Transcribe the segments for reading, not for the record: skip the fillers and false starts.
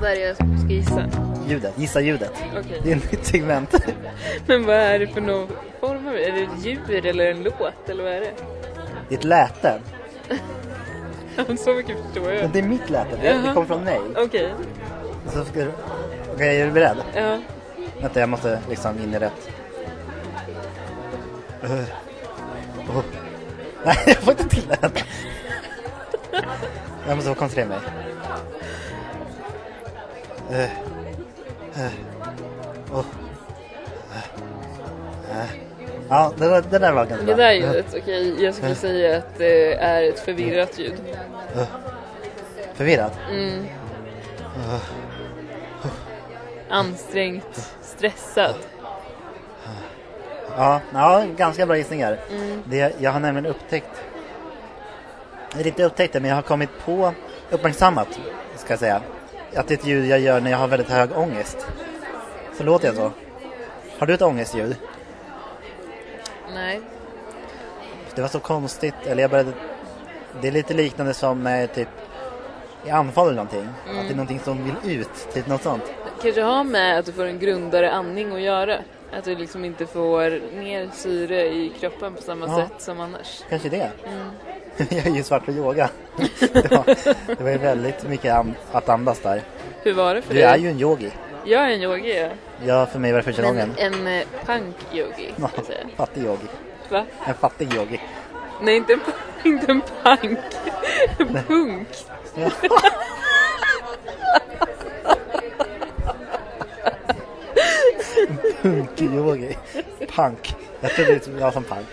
Vad är det jag ska gissa? Ljudet, gissa ljudet. Okay. Det är ett nytt segment. Men vad är det för någon form av det? Är det ett djur eller en låt eller vad är det? Det är ett läte. Så mycket förstår jag. Men det är mitt läte, det kommer från mig. Okej. Så ska du... Okej, är du beredd? Ja. Vänta, jag måste liksom in i rätt. Nej, jag får inte till det. Jag måste koncentrera mig. Ja, det där var ganska bra. Det där ljudet, okej. Jag skulle säga att det är ett förvirrat ljud. Förvirrat? Ansträngt, stressad. Ja, ganska bra gissningar. Jag har nämligen upptäckt det, men jag har kommit på, uppmärksammat, ska jag säga, att det är ett ljud jag gör när jag har väldigt hög ångest. Så låter jag så. Har du ett ångestljud? Nej. Det var så konstigt. Eller det är lite liknande som typ i anfall eller någonting. Att det är någonting som vill ut. Typ något sånt. Kanske ha med att du får en grundare andning att göra. Att du liksom inte får ner syre i kroppen på samma sätt som annars. Kanske det. Jag är ju svart på yoga. Det var ju väldigt mycket att andas där. Hur var det för dig? Du är ju en yogi. Jag är en yogi, ja. Ja, för mig var det första gången. En punk-yogi, ska jag säga. Fattig yogi. Va? En fattig yogi. Nej, inte en punk. En punk. Ja. Punk-yogi. Punk. Jag tror det var som punk.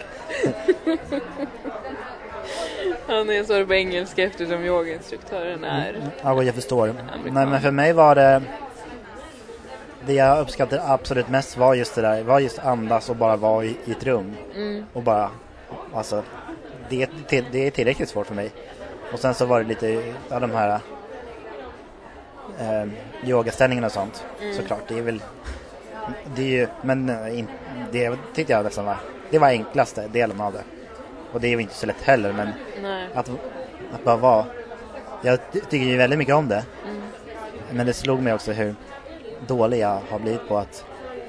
Han är så på engelska eftersom yogainstruktören är... Ja, jag förstår. Nej, men för mig var det jag uppskattade absolut mest var just det där. Var just andas och bara vara i ett rum. Och bara, alltså, det är tillräckligt svårt för mig. Och sen så var det lite av de här yogaställningarna och sånt. Såklart, det är ju, men det tyckte jag nästan det var enklaste delen av det. Och det är ju inte så lätt heller, men att bara vara. Jag tycker ju väldigt mycket om det. Men det slog mig också hur dålig jag har blivit på att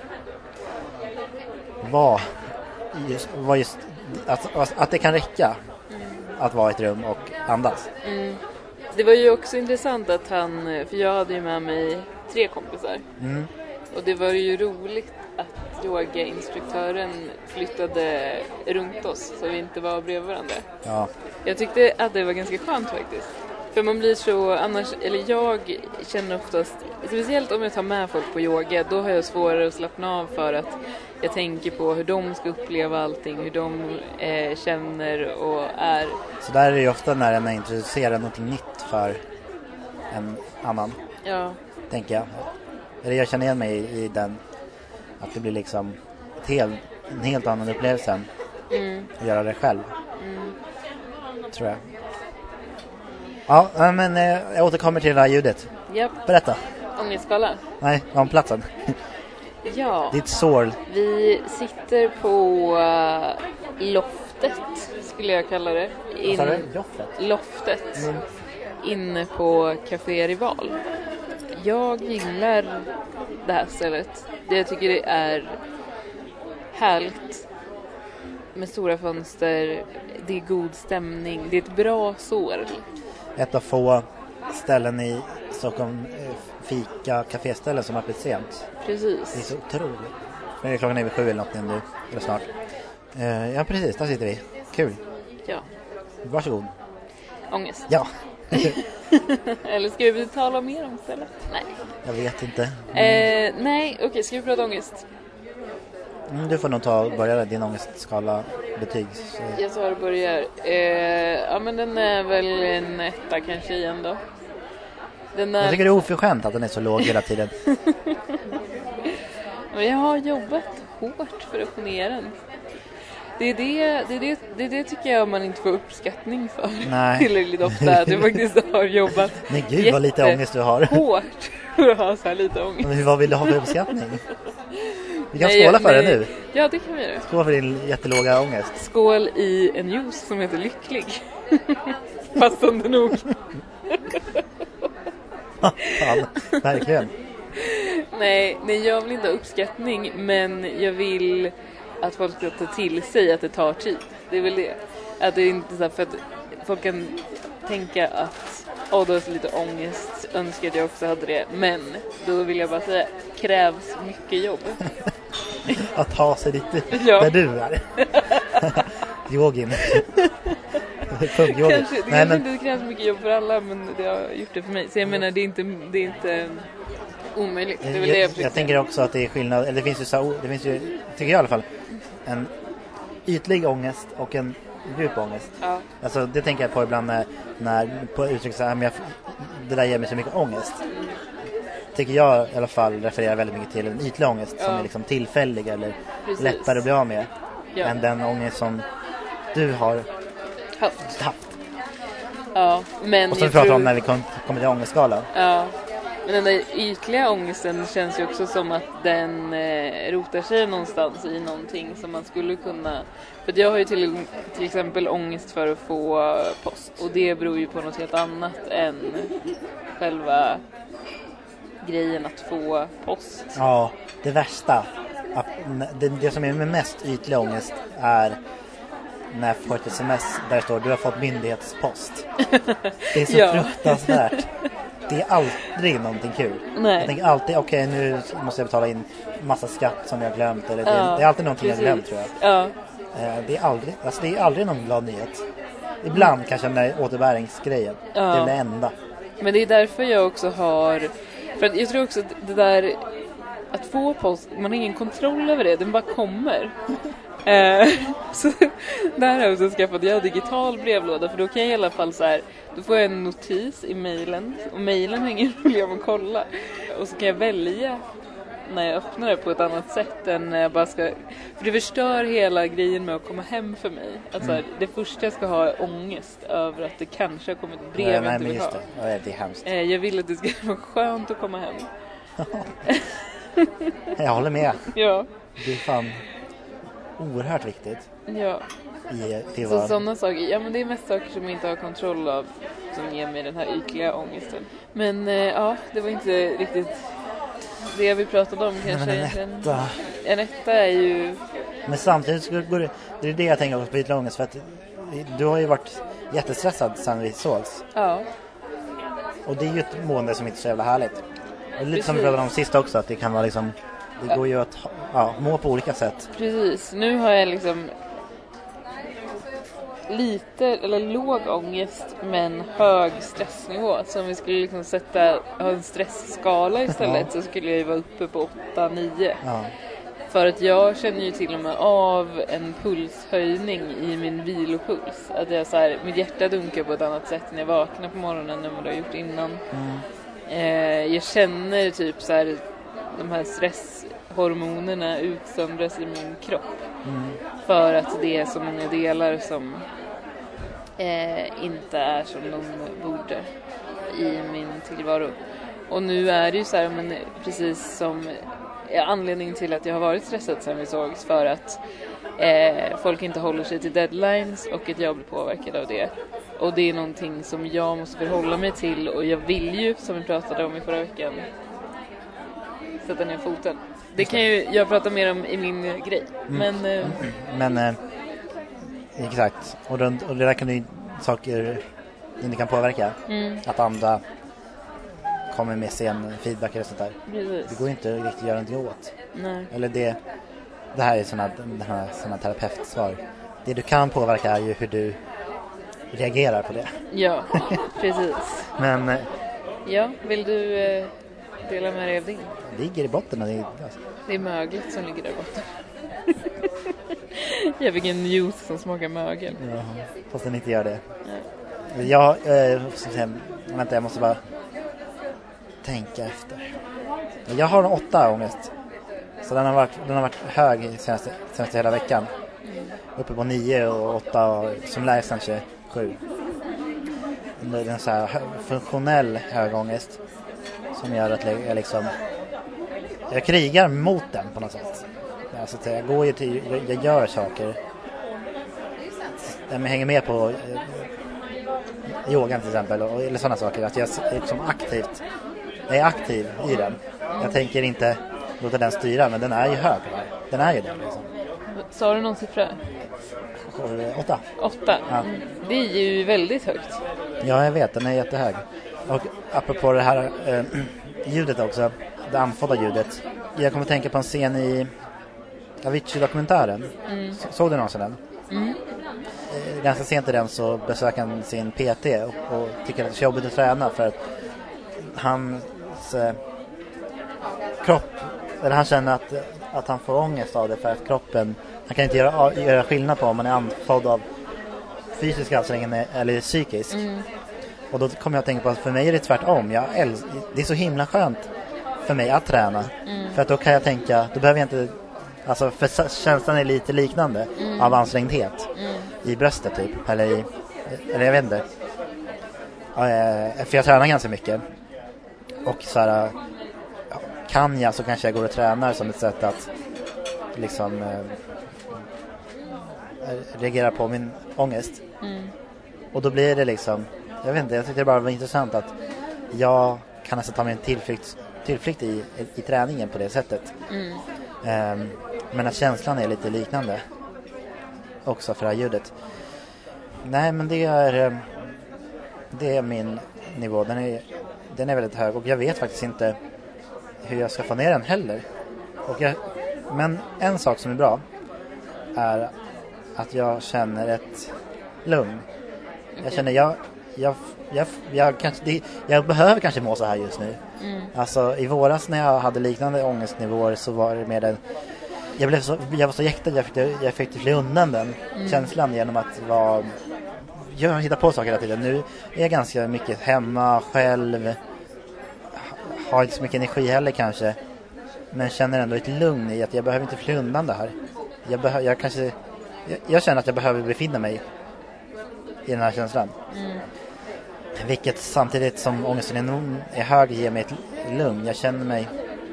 vara just att det kan räcka att vara i ett rum och andas. Det var ju också intressant att för jag hade ju med mig 3 kompisar. Och det var ju roligt att yogainstruktören flyttade runt oss så vi inte var bredvid varandra. Ja. Jag tyckte att det var ganska skönt faktiskt. För man blir så annars, eller jag känner oftast, speciellt om jag tar med folk på yoga, då har jag svårare att slappna av för att jag tänker på hur de ska uppleva allting, hur de känner och är. Så där är det ju ofta när man introducerar något nytt för en annan. Ja. Tänker jag. Eller jag känner igen mig i den, att det blir liksom en helt annan upplevelse att göra det själv. Tror jag. Ja, men jag återkommer till det här ljudet. Yep. Berätta. Ångestskala? Nej, om platsen. Ja. Ditt sår. Vi sitter på loftet, skulle jag kalla det. Vad sa du? Loftet. Inne på Café Rival. Jag gillar det här stället. Jag tycker det är härligt. Med stora fönster. Det är god stämning. Det är ett bra sår. Ett av få ställen i Stockholm, fika, kaféställen som har blivit sent. Precis. Det är så otroligt. Men klockan är vid 7 eller något nu, eller snart. Ja, precis. Där sitter vi. Kul. Ja. Varsågod. Ångest. Ja. Eller ska vi tala mer om stället? Nej. Jag vet inte. Nej, okej. Ska vi prata ångest? Du får nog börja din ångestskala betyg. Jag tar och börjar. Ja, men den är väl en 1 kanske igen då. Jag tycker det är oförskämt att den är så låg hela tiden. Men jag har jobbat hårt för att få ner den. Det är det tycker jag man inte får uppskattning för. Nej. Tillräckligt ofta att du faktiskt har jobbat. Men gud vad lite ångest du har. Hårt för att ha så här lite ångest. Men vad vill du ha för uppskattning? Vi kan skåla för det nu. Ja, det kan vi göra. Skål för din jättelåga ångest. Skål i en juice som heter Lycklig. Passande nog. Fan, verkligen. Nej, jag vill inte ha uppskattning, men jag vill att folk ska ta till sig att det tar tid. Det är väl det. Att det är inte så för att folk kan tänka att du har så lite ångest, önskar att jag också hade det. Men då vill jag bara säga, krävs mycket jobb. Att ta sig dit där du är. Yogin. Kanske, det krävs mycket jobb för alla, men det har gjort det för mig. Så jag menar, det är inte omöjligt. Det är väl jag tänker också att det är skillnad, eller det finns ju, tycker jag i alla fall, en ytlig ångest och en djup ångest. Ja. Alltså det tänker jag på ibland när på uttryck så här, men det där ger mig så mycket ångest. Tycker jag i alla fall refererar väldigt mycket till en ytlig ångest som är liksom tillfällig eller lättare att bli av med än den ångest som du har haft. Ja, men och som vi pratar om när vi kommer till ångestskalan. Ja. Men den där ytliga ångesten känns ju också som att den rotar sig någonstans i någonting som man skulle kunna... För jag har ju till exempel ångest för att få post. Och det beror ju på något helt annat än själva grejen att få post. Ja, det värsta. Det som är med mest ytlig ångest är när jag får ett sms där det står du har fått myndighetspost. Det är så fruktansvärt. Det är aldrig någonting kul. Nej. Jag tänker alltid, okej, nu måste jag betala in massa skatt som jag har glömt. Eller det är alltid någonting jag glömt, tror jag. Ja. Det är aldrig någon glad nyhet. Ibland kanske den där återbäringsgrejen. Det är det enda. Men det är därför jag också har... För att jag tror också att det där... Att få post, man har ingen kontroll över det. Den bara kommer. Så där har jag också skaffat digital brevlåda. För då kan jag i alla fall så här... Då får jag en notis i mejlen. Och mejlen har ingen problem att kolla. Och så kan jag välja när jag öppnar det på ett annat sätt än när jag bara ska... För det förstör hela grejen med att komma hem för mig. Alltså det första jag ska ha är ångest över att det kanske har kommit ett brev jag inte vill ha. Det är hemskt. Jag vill att det ska vara skönt att komma hem. Jag håller med. Ja. Det är fan oerhört viktigt. Ja. Så sådana saker, ja men det är mest saker som jag inte har kontroll av som ger mig den här ytliga ångesten. Men ja, det var inte riktigt det vi pratade om kanske. En etta är ju... Men samtidigt går det är det jag tänker också på ytlig ångest, för att du har ju varit jättestressad sedan vi sågs. Ja. Och det är ju ett mående som inte är så jävla härligt. Och lite som vi pratade om sist också, att det kan vara liksom... Det går ju att må på olika sätt. Precis, nu har jag liksom lite eller låg ångest men hög stressnivå. Så om vi skulle liksom ha en stressskala istället så skulle jag ju vara uppe på 8-9. För att jag känner ju till och med av en pulshöjning i min vilopuls. Att jag så här, mitt hjärta dunkar på ett annat sätt när jag vaknar på morgonen än vad det har gjort innan. Jag känner typ så här, de här stresshormonerna utsöndras i min kropp. För att det är så många delar som inte är som de borde i min tillvaro. Och nu är det ju så här, men precis som anledning till att jag har varit stressad sen vi sågs, för att folk inte håller sig till deadlines och att jag blir påverkad av det. Och det är någonting som jag måste förhålla mig till, och jag vill ju, som vi pratade om i förra veckan, sätta ner foten. Det kan ju jag prata mer om i min grej. Men exakt. Och det där kan ju saker det kan påverka. Att andra kommer med sen feedback eller sånt där. Precis. Det går inte riktigt att göra någonting åt. Nej. Eller det här är såna terapeutsvar. Det du kan påverka är ju hur du reagerar på det. Ja, precis. Men ja, vill du dela med dig av din? Det ligger i botten. Det är möglet som ligger där botten. Jag fick en juice som smakar mögel. Ja, fast den inte gör det. Nej. Jag måste bara tänka efter. Jag har en 8 ångest. Så den har varit hög senaste hela veckan. Uppe på 9 och 8 och som lägst kanske 7. Det är en så här funktionell hög ångest som gör att jag krigar mot den på något sätt. Alltså, jag gör saker. Jag hänger med på yogan till exempel, eller sådana saker. Att jag liksom aktivt jag är aktiv i den. Jag tänker inte låta den styra, men den är ju hög. Den är ju den liksom. Sa du någon siffra? 8. 8? Ja. Det är ju väldigt högt. Ja, jag vet. Den är jättehög. Och apropå det här ljudet också, det andfådda ljudet. Jag kommer att tänka på en scen i Avicii-dokumentären. Såg du någonsin den? Ganska sent i den så besöker han sin PT och tycker att det är jobbigt att träna för att hans kropp, eller han känner att han får ångest av det för att kroppen, han kan inte göra skillnad på om man är andfådd av fysisk ansträngning eller psykisk. Och då kommer jag att tänka på att för mig är det tvärtom. Det är så himla skönt för mig att träna. För att då kan jag tänka, då behöver jag inte, alltså för känslan är lite liknande av ansträngdhet i bröstet typ, eller jag vet inte. För jag tränar ganska mycket. Och så här, kan jag så kanske jag går och tränar som ett sätt att liksom reagera på min ångest. Och då blir det liksom, jag vet inte, jag tyckte det bara var intressant att jag kan nästan ta mig en tillflykt i träningen på det sättet. Men att känslan är lite liknande också för det här ljudet. Nej, men det är min nivå. Den är väldigt hög och jag vet faktiskt inte hur jag ska få ner den heller. Men en sak som är bra är att jag känner ett lugn. Jag känner jag behöver kanske må så här just nu. Alltså i våras när jag hade liknande ångestnivåer så var det med jag var så jäktad, jag fick fly undan den känslan genom att jag hittar på saker hela tiden. Nu är jag ganska mycket hemma själv, har inte så mycket energi heller kanske, men känner ändå ett lugn i att jag behöver inte fly undan det här. Jag känner att jag behöver befinna mig i den här känslan. Vilket samtidigt som ångesten är hög ger mig ett lugn. Jag känner mig,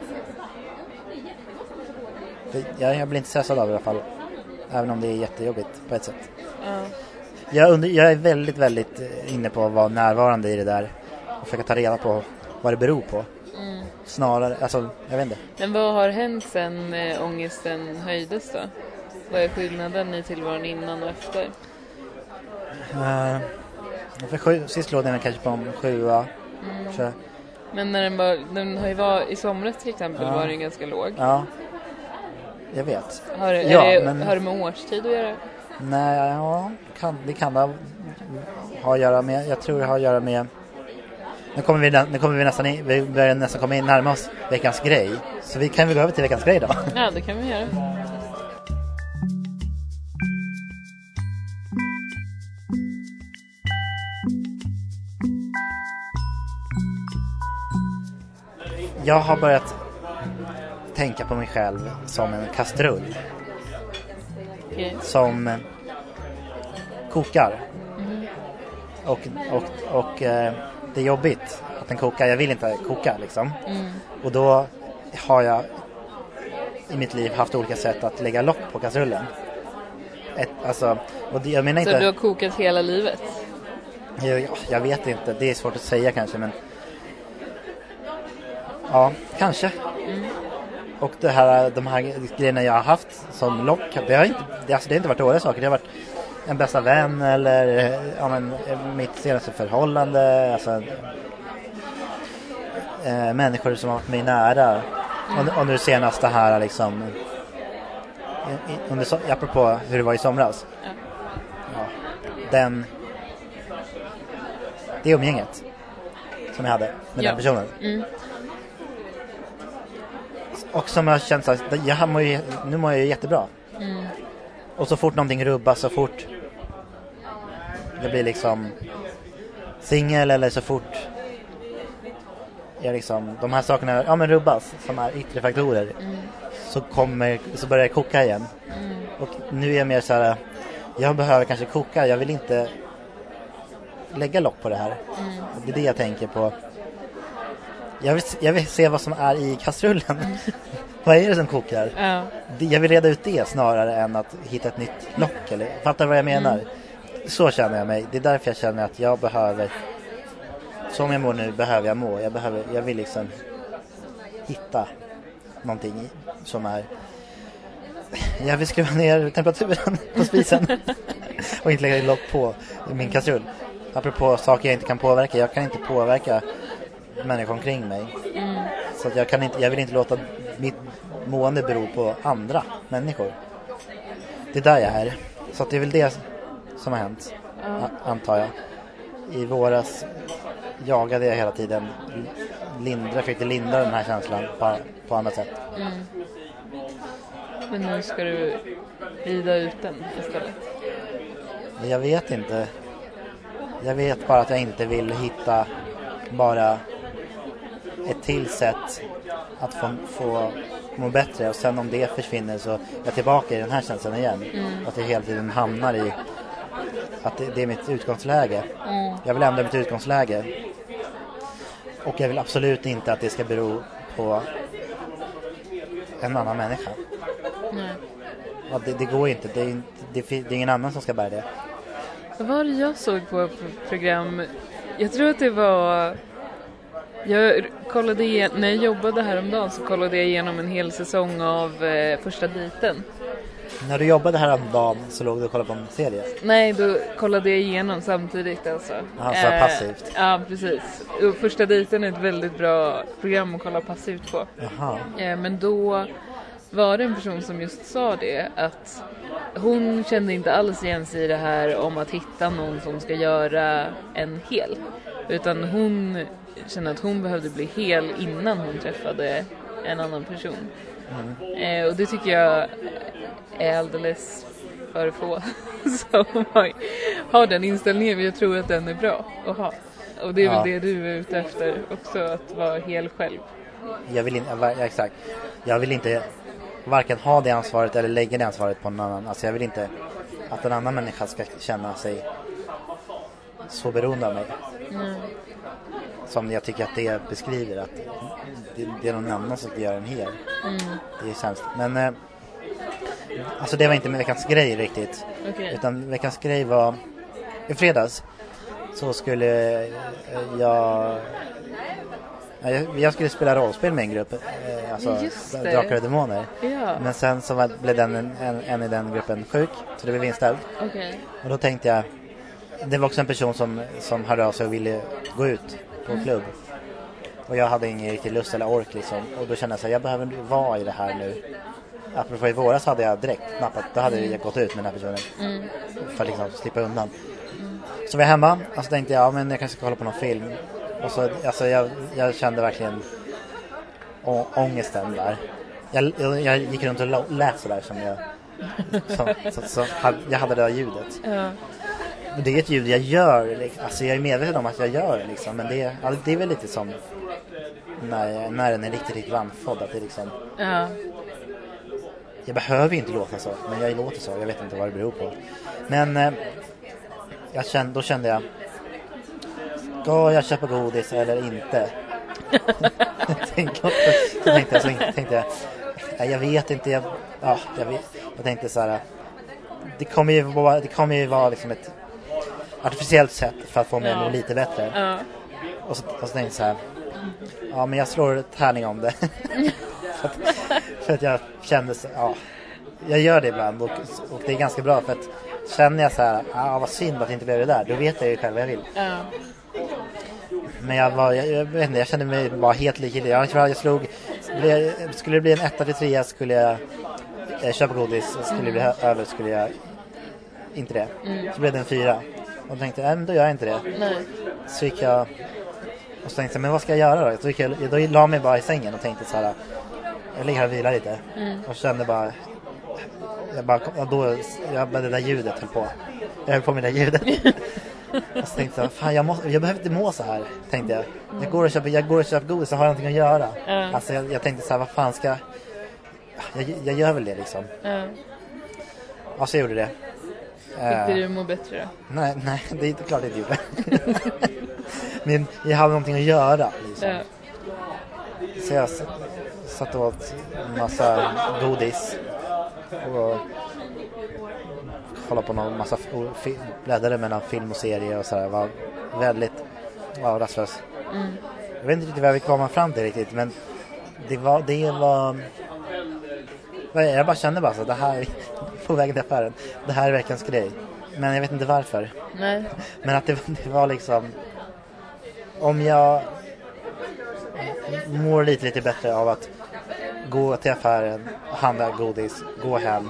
jag blir inte stressad av det i alla fall, även om det är jättejobbigt på ett sätt. Jag är väldigt, väldigt inne på att vara närvarande i det där och försöka ta reda på vad det beror på. Snarare, alltså, jag vet inte. Men vad har hänt sen ångesten höjdes då? Vad är skillnaden i tillvaron innan och efter? Sist låg den kanske på en 7. Men när den har ju varit i somras till exempel, var den ganska låg. Ja, jag vet. Har det med årstid att göra? Nej, det kan ha att göra med, jag tror det har att göra med, nu kommer vi nästan vi börjar nästan komma in närmare oss veckans grej. Så vi kan väl gå över till veckans grej då? Ja, det kan vi göra. Jag har börjat tänka på mig själv som en kastrull. Som kokar. Och det är jobbigt att den kokar. Jag vill inte koka liksom. Och då har jag i mitt liv haft olika sätt att lägga lock på kastrullen. Jag menar inte, så du har kokat hela livet? Jag vet inte, det är svårt att säga kanske, men ja, kanske. Och de här grejerna jag har haft som lock, det har inte varit dåliga saker. Det har varit en bästa vän eller mitt senaste förhållande, alltså människor som har varit mig nära. Och nu senast det här liksom apropå hur det var i somras. Det umgänget som jag hade med den personen. Och som jag känt att nu mår jag jättebra. Och så fort någonting rubbas, så fort det blir liksom singel, eller så fort jag liksom, de här sakerna rubbas, som är yttre faktorer, så börjar jag koka igen. Och nu är jag mer så här, jag behöver kanske koka, jag vill inte lägga lock på det här. Det är det jag tänker på. Jag vill se vad som är i kastrullen. Vad är det som kokar? Jag vill reda ut det snarare än att hitta ett nytt lock. Eller, fattar vad jag menar? Så känner jag mig. Det är därför jag känner att jag behöver som jag mår nu behöver jag må. Jag vill liksom hitta någonting som är... Jag vill skruva ner temperaturen på spisen och inte lägga lock på min kastrull. Apropå saker jag inte kan påverka. Jag kan inte påverka människor omkring mig. Så att jag vill inte låta mitt mående bero på andra människor. Det är där jag är. Så att det är väl det som har hänt, antar jag. I våras jagade jag hela tiden. Fick lindra den här känslan på andra sätt. Men nu ska du rida ut den istället? Jag vet inte. Jag vet bara att jag inte vill hitta bara ett till sätt att få må bättre. Och sen om det försvinner så är jag tillbaka i den här känslan igen. Att jag hela tiden hamnar i att det är mitt utgångsläge. Jag vill ändra mitt utgångsläge. Och jag vill absolut inte att det ska bero på en annan människa. Ja, det går inte. Det är ingen annan som ska bära det. Vad var det jag såg på program? Jag tror att det var... Jag kollade när jag jobbade häromdagen så kollade jag igenom en hel säsong av Första dejten. När du jobbade häromdagen så låg du och kollade på en serie? Nej, då kollade jag igenom samtidigt alltså. Så passivt? Ja, precis. Första dejten är ett väldigt bra program att kolla passivt på. Men då var det en person som just sa det, att hon kände inte alls igen sig i det här om att hitta någon som ska göra en hel. Utan hon kände att hon behövde bli hel innan hon träffade en annan person. Och det tycker jag är alldeles för få som har den inställningen. Jag tror att den är bra att ha. Och det är väl det du är ute efter också, att vara hel själv. Exakt. Jag vill inte varken ha det ansvaret eller lägga det ansvaret på någon annan. Alltså jag vill inte att en annan människa ska känna sig så beroende av mig. Som jag tycker att det beskriver, att det är någon annan som ska göra en hel. Det är sämst. Men alltså det var inte veckans grej riktigt. Utan veckans grej var i fredags så skulle jag skulle spela rollspel med en grupp, alltså Drakar och Demoner. Men sen så blev en i den gruppen sjuk, så det blev inställd. Och då tänkte jag, det var också en person som hörde av sig och ville gå ut på klubb. Och jag hade ingen riktig lust eller ork liksom. Och då kände jag så här, jag behöver vara i det här nu. Apropå i våras hade jag direkt nappat, då hade jag gått ut med den här personen. För att liksom slippa undan. Så var jag hemma och så tänkte jag, men jag kanske ska kolla på någon film. Och så, alltså jag kände verkligen ångesten där. Jag gick runt och lät så där som jag hade det där ljudet. Men det är ett ljud jag gör, alltså jag är medveten om att jag gör det liksom, men det är väl lite som när den är riktigt vandfådd, att det liksom jag behöver inte låta så, men jag låter så, jag vet inte vad det beror på. Men då kände jag, ska jag köpa godis eller inte? tänkte jag vet inte, jag tänkte så här, det kommer ju vara liksom ett artificiellt sätt för att få mig att må lite bättre. Och så tänkte jag så här, men jag slår ett tärning om det. för att jag kände så, jag gör det ibland och det är ganska bra, för att känner jag så här, vad synd att det inte blev det där, då vet jag ju själv vad jag vill. Men jag vet inte, jag kände mig bara helt likgiltig. Skulle det bbli en 1-3 skulle jag köpa godis, och skulle det bli över skulle jag inte det. Så blev det en 4. Och då tänkte jag, då gör jag inte det. Så gick jag och så tänkte jag, men vad ska jag göra då? Då la jag mig bara i sängen och tänkte så här, jag ligger här och vilar lite. Och kände bara, det där ljudet höll på. Jag höll på med det där ljudet. Och så tänkte jag, fan, jag behöver inte må så här, tänkte jag. Jag går och köper godis, så har jag någonting att göra. Alltså jag tänkte så här, vad fan ska jag gör väl det liksom. Så jag gjorde det. Fick du må bättre då? Nej, det är inte klart det gjorde. Men jag hade någonting att göra liksom. Så jag satt åt en massa godis och kollade på någon massa bläddrade mellan film och serie och sådär. Var väldigt var rastlös. Jag vet inte riktigt vad jag vill komma fram till riktigt, men det var jag bara kände bara så det här på vägen till affären. Det här är veckans grej. Men jag vet inte varför. Nej. Men att det var liksom, om jag mår lite bättre av att gå till affären, handla godis, gå hem.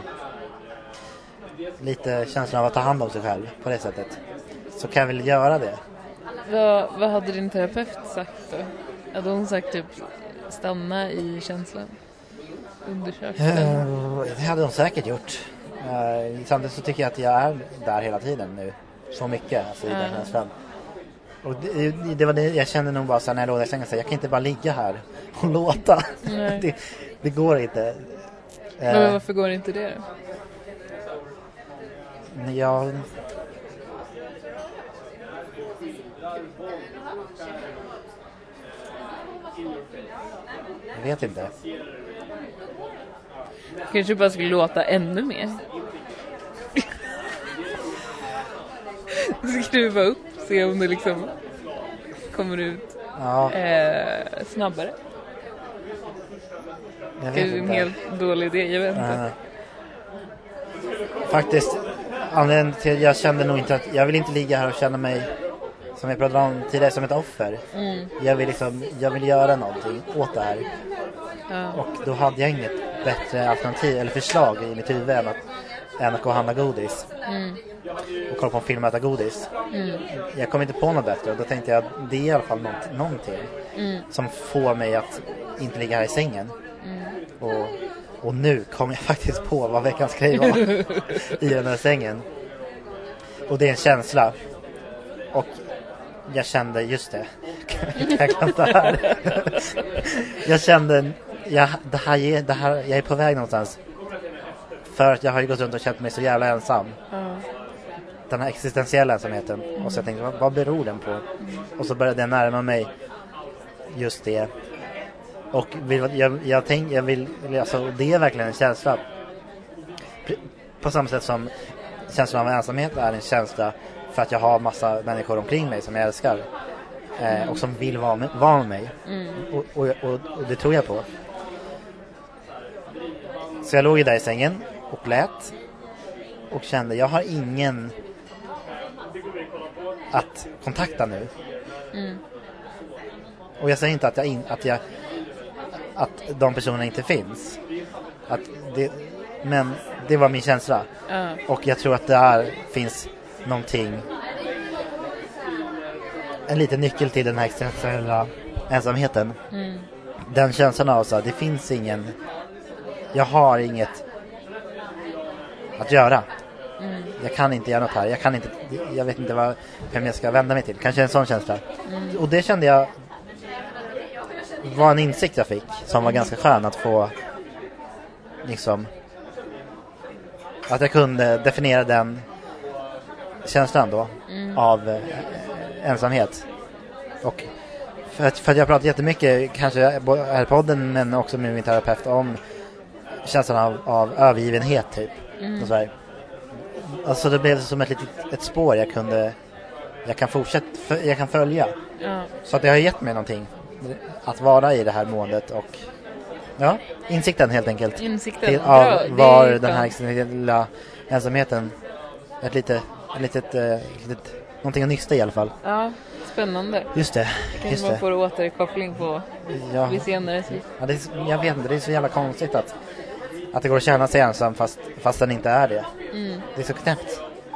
Lite känslan av att ta hand om sig själv på det sättet. Så kan jag väl göra det. Vad hade din terapeut sagt då? Hade hon sagt typ stanna i känslan? Undersök den? Det hade hon säkert gjort. Samtidigt så tycker jag att jag är där hela tiden nu. Så mycket alltså, i den känslan. Och det var det jag kände nog bara så när jag låg där i sängen. Jag kan inte bara ligga här och låta. Det går inte. Men varför går inte det då? Jag vet inte. Kanske bara skulle låta ännu mer. Skruva upp, se om det liksom kommer ut snabbare. Det är en helt dålig idé, jag vet inte. Faktiskt, anledningen till att jag kände nog inte att jag vill inte ligga här och känna mig, som jag pratade om tidigare, som ett offer. Jag vill göra någonting åt det här. Och då hade jag inget bättre alternativ eller förslag i mitt huvud än att gå och handla godis. Och kolla på en film och äta godis. Jag kom inte på något bättre, och då tänkte jag att det är i alla fall någonting som får mig att inte ligga här i sängen. Och nu kom jag faktiskt på vad veckans grej var i den här sängen. Och det är en känsla. Och jag kände, just det. Jag glömde det här. Jag kände, jag är på väg någonstans. För att jag har ju gått runt och känt mig så jävla ensam. Den här existentiella ensamheten. Och så jag tänkte, vad beror den på? Och så började jag närma mig just det. Och jag vill alltså, det är verkligen en känsla. På samma sätt som känslan av ensamhet är en känsla för att jag har massa människor omkring mig som jag älskar. Och som vill vara med mig. Och det tror jag på. Så jag låg ju där i sängen och lät. Och kände, jag har ingen att kontakta nu. Och jag säger inte att de personerna inte finns. Men det var min känsla. Och jag tror att där finns någonting, en liten nyckel till den här existentiella ensamheten. Den känslan av så, det finns ingen, jag har inget att göra. Jag kan inte göra något här. Jag vet inte vem jag ska vända mig till. Kanske en sån känsla. Och det kände jag var en insikt jag fick, som var ganska skön att få, liksom, att jag kunde definiera den känslan då av ensamhet. Och för att jag pratat jättemycket, kanske här i podden, men också med min terapeut, om känslan av övergivenhet typ. Och så här. Alltså det blev som ett spår jag kan följa. Så att det har gett mig någonting att vara i det här måendet, och insikten helt enkelt. Insikten. Av var den här existentiella ensamheten ett litet någonting att nysta i alla fall. Ja, spännande. Just det. Kan man få återkoppling på vid senare tid. Ja, jag vet inte, det är så jävla konstigt att det går att känna sig ensam fast den inte är det. Det är så knäppt.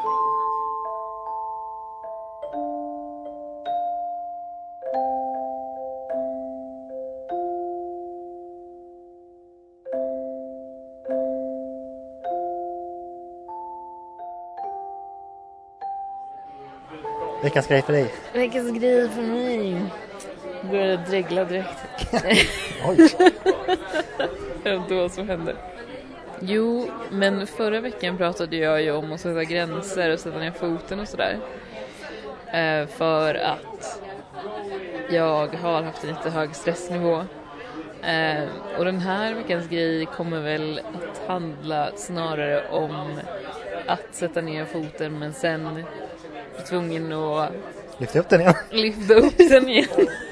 Veckans grej för dig. Veckans grej för mig. Började dregla direkt. Oj. Det var inte vad som hände. Jo, men förra veckan pratade jag ju om att sätta gränser och sätta ner foten och sådär. För att jag har haft en lite hög stressnivå. Och den här veckans grej kommer väl att handla snarare om att sätta ner foten, men sen tvungen att Lyfta upp den igen. Lyfta upp den igen.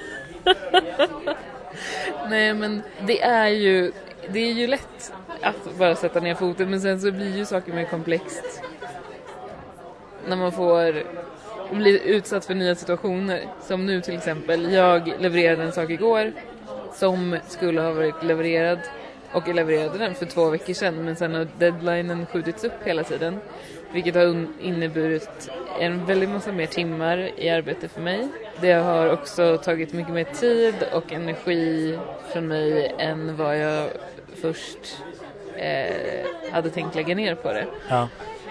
Nej, men det är ju lätt att bara sätta ner foten, men sen så blir ju saker mer komplext när man blir utsatt för nya situationer. Som nu till exempel, jag levererade en sak igår som skulle ha varit levererad, och jag levererade den för 2 veckor sedan, men sen har deadlinen skjutits upp hela tiden, vilket har inneburit en väldigt massa mer timmar i arbete för mig. Det har också tagit mycket mer tid och energi från mig än vad jag först hade tänkt lägga ner på det. Ja.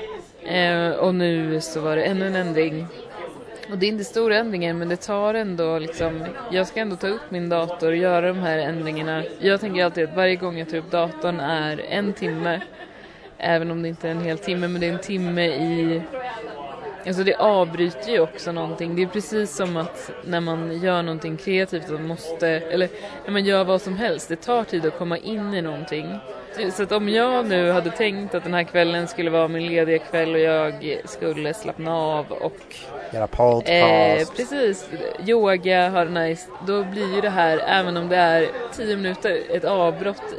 Och nu så var det ännu en ändring. Och det är inte stora ändringar, men det tar ändå liksom, jag ska ändå ta upp min dator och göra de här ändringarna. Jag tänker alltid att varje gång jag tar upp datorn är 1 timme. Även om det inte är en hel timme, men det är en timme i... Alltså det avbryter ju också någonting. Det är precis som att när man gör någonting kreativt eller när man gör vad som helst, det tar tid att komma in i någonting. Så att om jag nu hade tänkt att den här kvällen skulle vara min lediga kväll och jag skulle slappna av och göra podcast, precis, yoga, ha det nice, då blir ju det här, även om det är 10 minuter, ett avbrott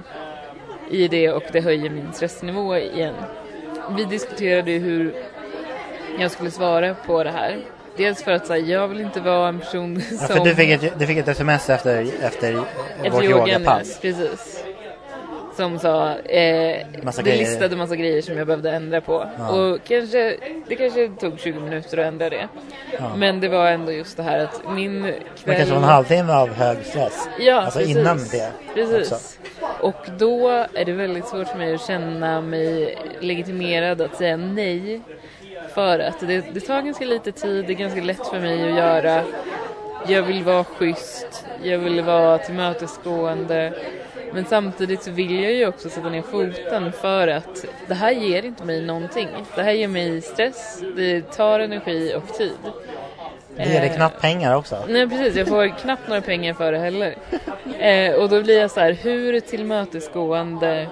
i det, och det höjer min stressnivå igen. Vi diskuterade hur jag skulle svara på det här. Dels för att säga, jag vill inte vara en person som... Ja, för du fick ett sms efter vårt yogapass. Precis. Som sa, det listade massa grejer som jag behövde ändra på. Ja. Och det kanske tog 20 minuter att ändra det. Ja. Men det var ändå just det här att min kväll... Men kanske en halvtimme av hög stress. Ja, alltså precis. Innan det. Precis. Också. Och då är det väldigt svårt för mig att känna mig legitimerad att säga nej. För att det tar ganska lite tid, det är ganska lätt för mig att göra. Jag vill vara schysst, jag vill vara tillmötesgående. Men samtidigt så vill jag ju också sätta ner foten, för att det här ger inte mig någonting. Det här ger mig stress, det tar energi och tid. Det ger dig knappt pengar också. Nej, precis, jag får knappt några pengar för det heller. Och då blir jag så här, hur tillmötesgående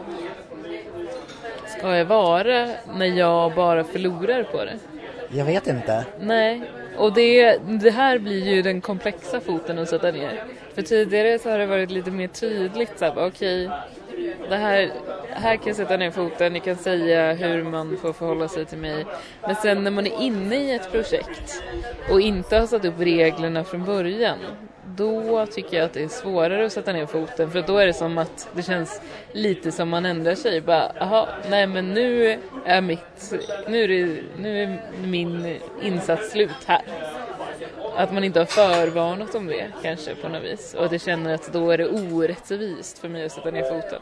ska jag vara när jag bara förlorar på det? Jag vet inte. Nej, och det här blir ju den komplexa foten att sätta ner. För tidigare så har det varit lite mer tydligt så här, okej, det här kan jag sätta ner foten, jag kan säga hur man får förhålla sig till mig. Men sen när man är inne i ett projekt och inte har satt upp reglerna från början, då tycker jag att det är svårare att sätta ner foten. För då är det som att det känns lite som man ändrar sig. Bara, aha, nej men nu är min insats slut här. Att man inte har förvarnat om det kanske på något vis. Och att jag känner att då är det orättvist för mig att sätta ner foten.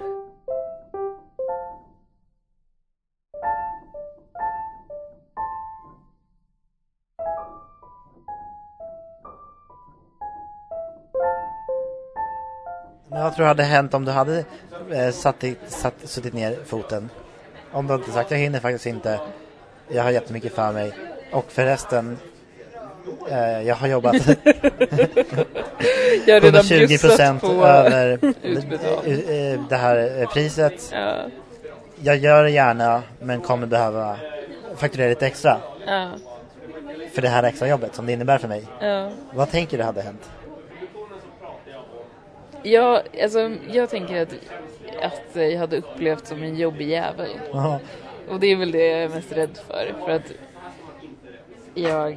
Jag tror det hade hänt om du hade suttit ner foten. Om du inte sagt, jag hinner faktiskt inte. Jag har jättemycket för mig. Och förresten, jag har jobbat 120% över det här priset. Ja. Jag gör det gärna, men kommer behöva fakturera lite extra. Ja. För det här extra jobbet som det innebär för mig. Ja. Vad tänker du hade hänt? Ja, alltså, jag tänker att jag hade upplevt som en jobbig jävel. Aha. Och det är väl det jag är mest rädd för att jag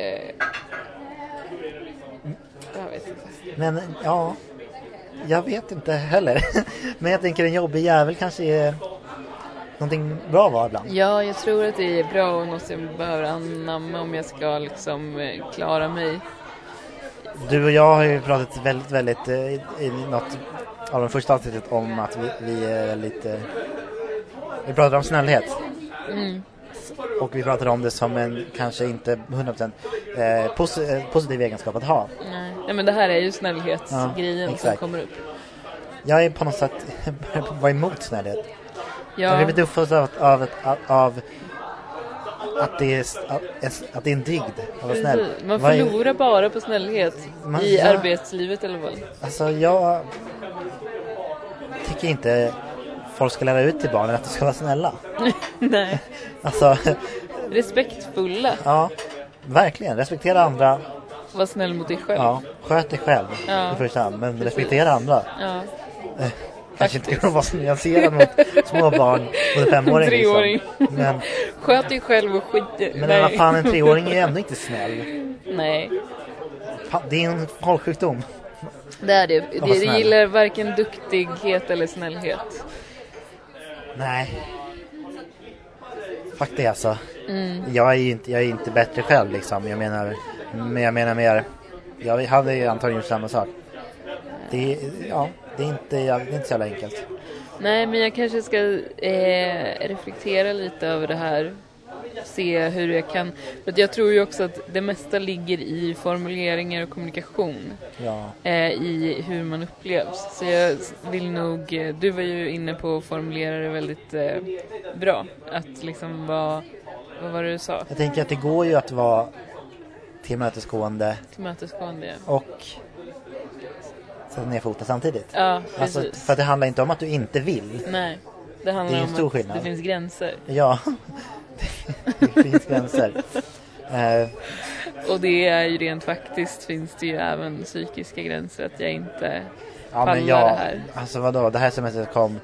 vet inte. Men ja, jag vet inte heller. Men jag tänker en jobbig jävel kanske är någonting bra var ibland. Ja, jag tror att det är bra och något jag behöver anamma om jag ska liksom klara mig. Du och jag har ju pratat väldigt i något av de första avsnittet om att vi är lite... Vi pratar om snällhet. Mm. Och vi pratar om det som en kanske inte 100% positiv egenskap att ha. Nej, men det här är ju snällhetsgrejen som kommer upp. Jag är på något sätt var emot snällhet. Ja. Jag blir lite uppfostad av att det är en dygd att vara snäll. Man förlorar bara på snällhet i arbetslivet eller vad? Alltså jag tycker inte folk ska lära ut till barnen att de ska vara snälla. Nej. Alltså respektfulla. Ja. Verkligen, respektera andra. Var snäll mot dig själv. Ja, sköt dig själv i första hand, men respektera andra. Ja. Kanske inte kunna vara så nyanserad mot små barn och en 5-åring. 3-åring. Liksom. Men, sköt dig själv och skit. Men vad fan, en 3-åring är ändå inte snäll. Nej. Det är en folksjukdom. Det är det. Det gillar varken duktighet eller snällhet. Nej. Fuck det alltså. Jag är inte bättre själv liksom. Jag menar mer. Jag hade ju antagligen gjort samma sak. Det är inte så jävla enkelt. Nej, men jag kanske ska reflektera lite över det här. Se hur jag kan. För jag tror ju också att det mesta ligger i formuleringar och kommunikation. Ja. I hur man upplevs. Så jag vill nog. Du var ju inne på att formulera det väldigt bra. Att liksom vad var det du sa? Jag tänker att det går ju att vara tillmötesgående. Ja. Och sätta ner foten samtidigt. Ja, precis. Alltså, för det handlar inte om att du inte vill. Nej, det handlar om stor att skillnad. det finns gränser. Ja, det finns gränser. Och det är ju rent faktiskt finns det ju även psykiska gränser att jag inte pallar men det här. Alltså vadå, det här semestret kom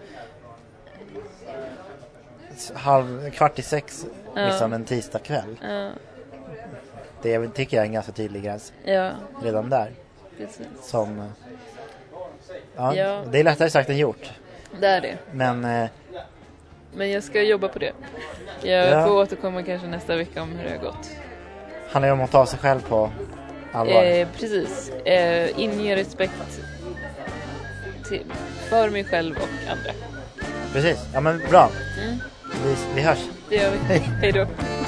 5:15 liksom en tisdag kväll. Det tycker jag är en ganska tydlig gräns. Ja. Redan där. Precis. Som det är lättare sagt än gjort. Det är det. Men jag ska jobba på det. Jag får återkomma kanske nästa vecka om hur det har gått. Handlar ju om att ta sig själv på allvar. Precis. Inge respekt för mig själv och andra. Precis. Ja men bra. Vi hörs. Det gör vi. Hej då.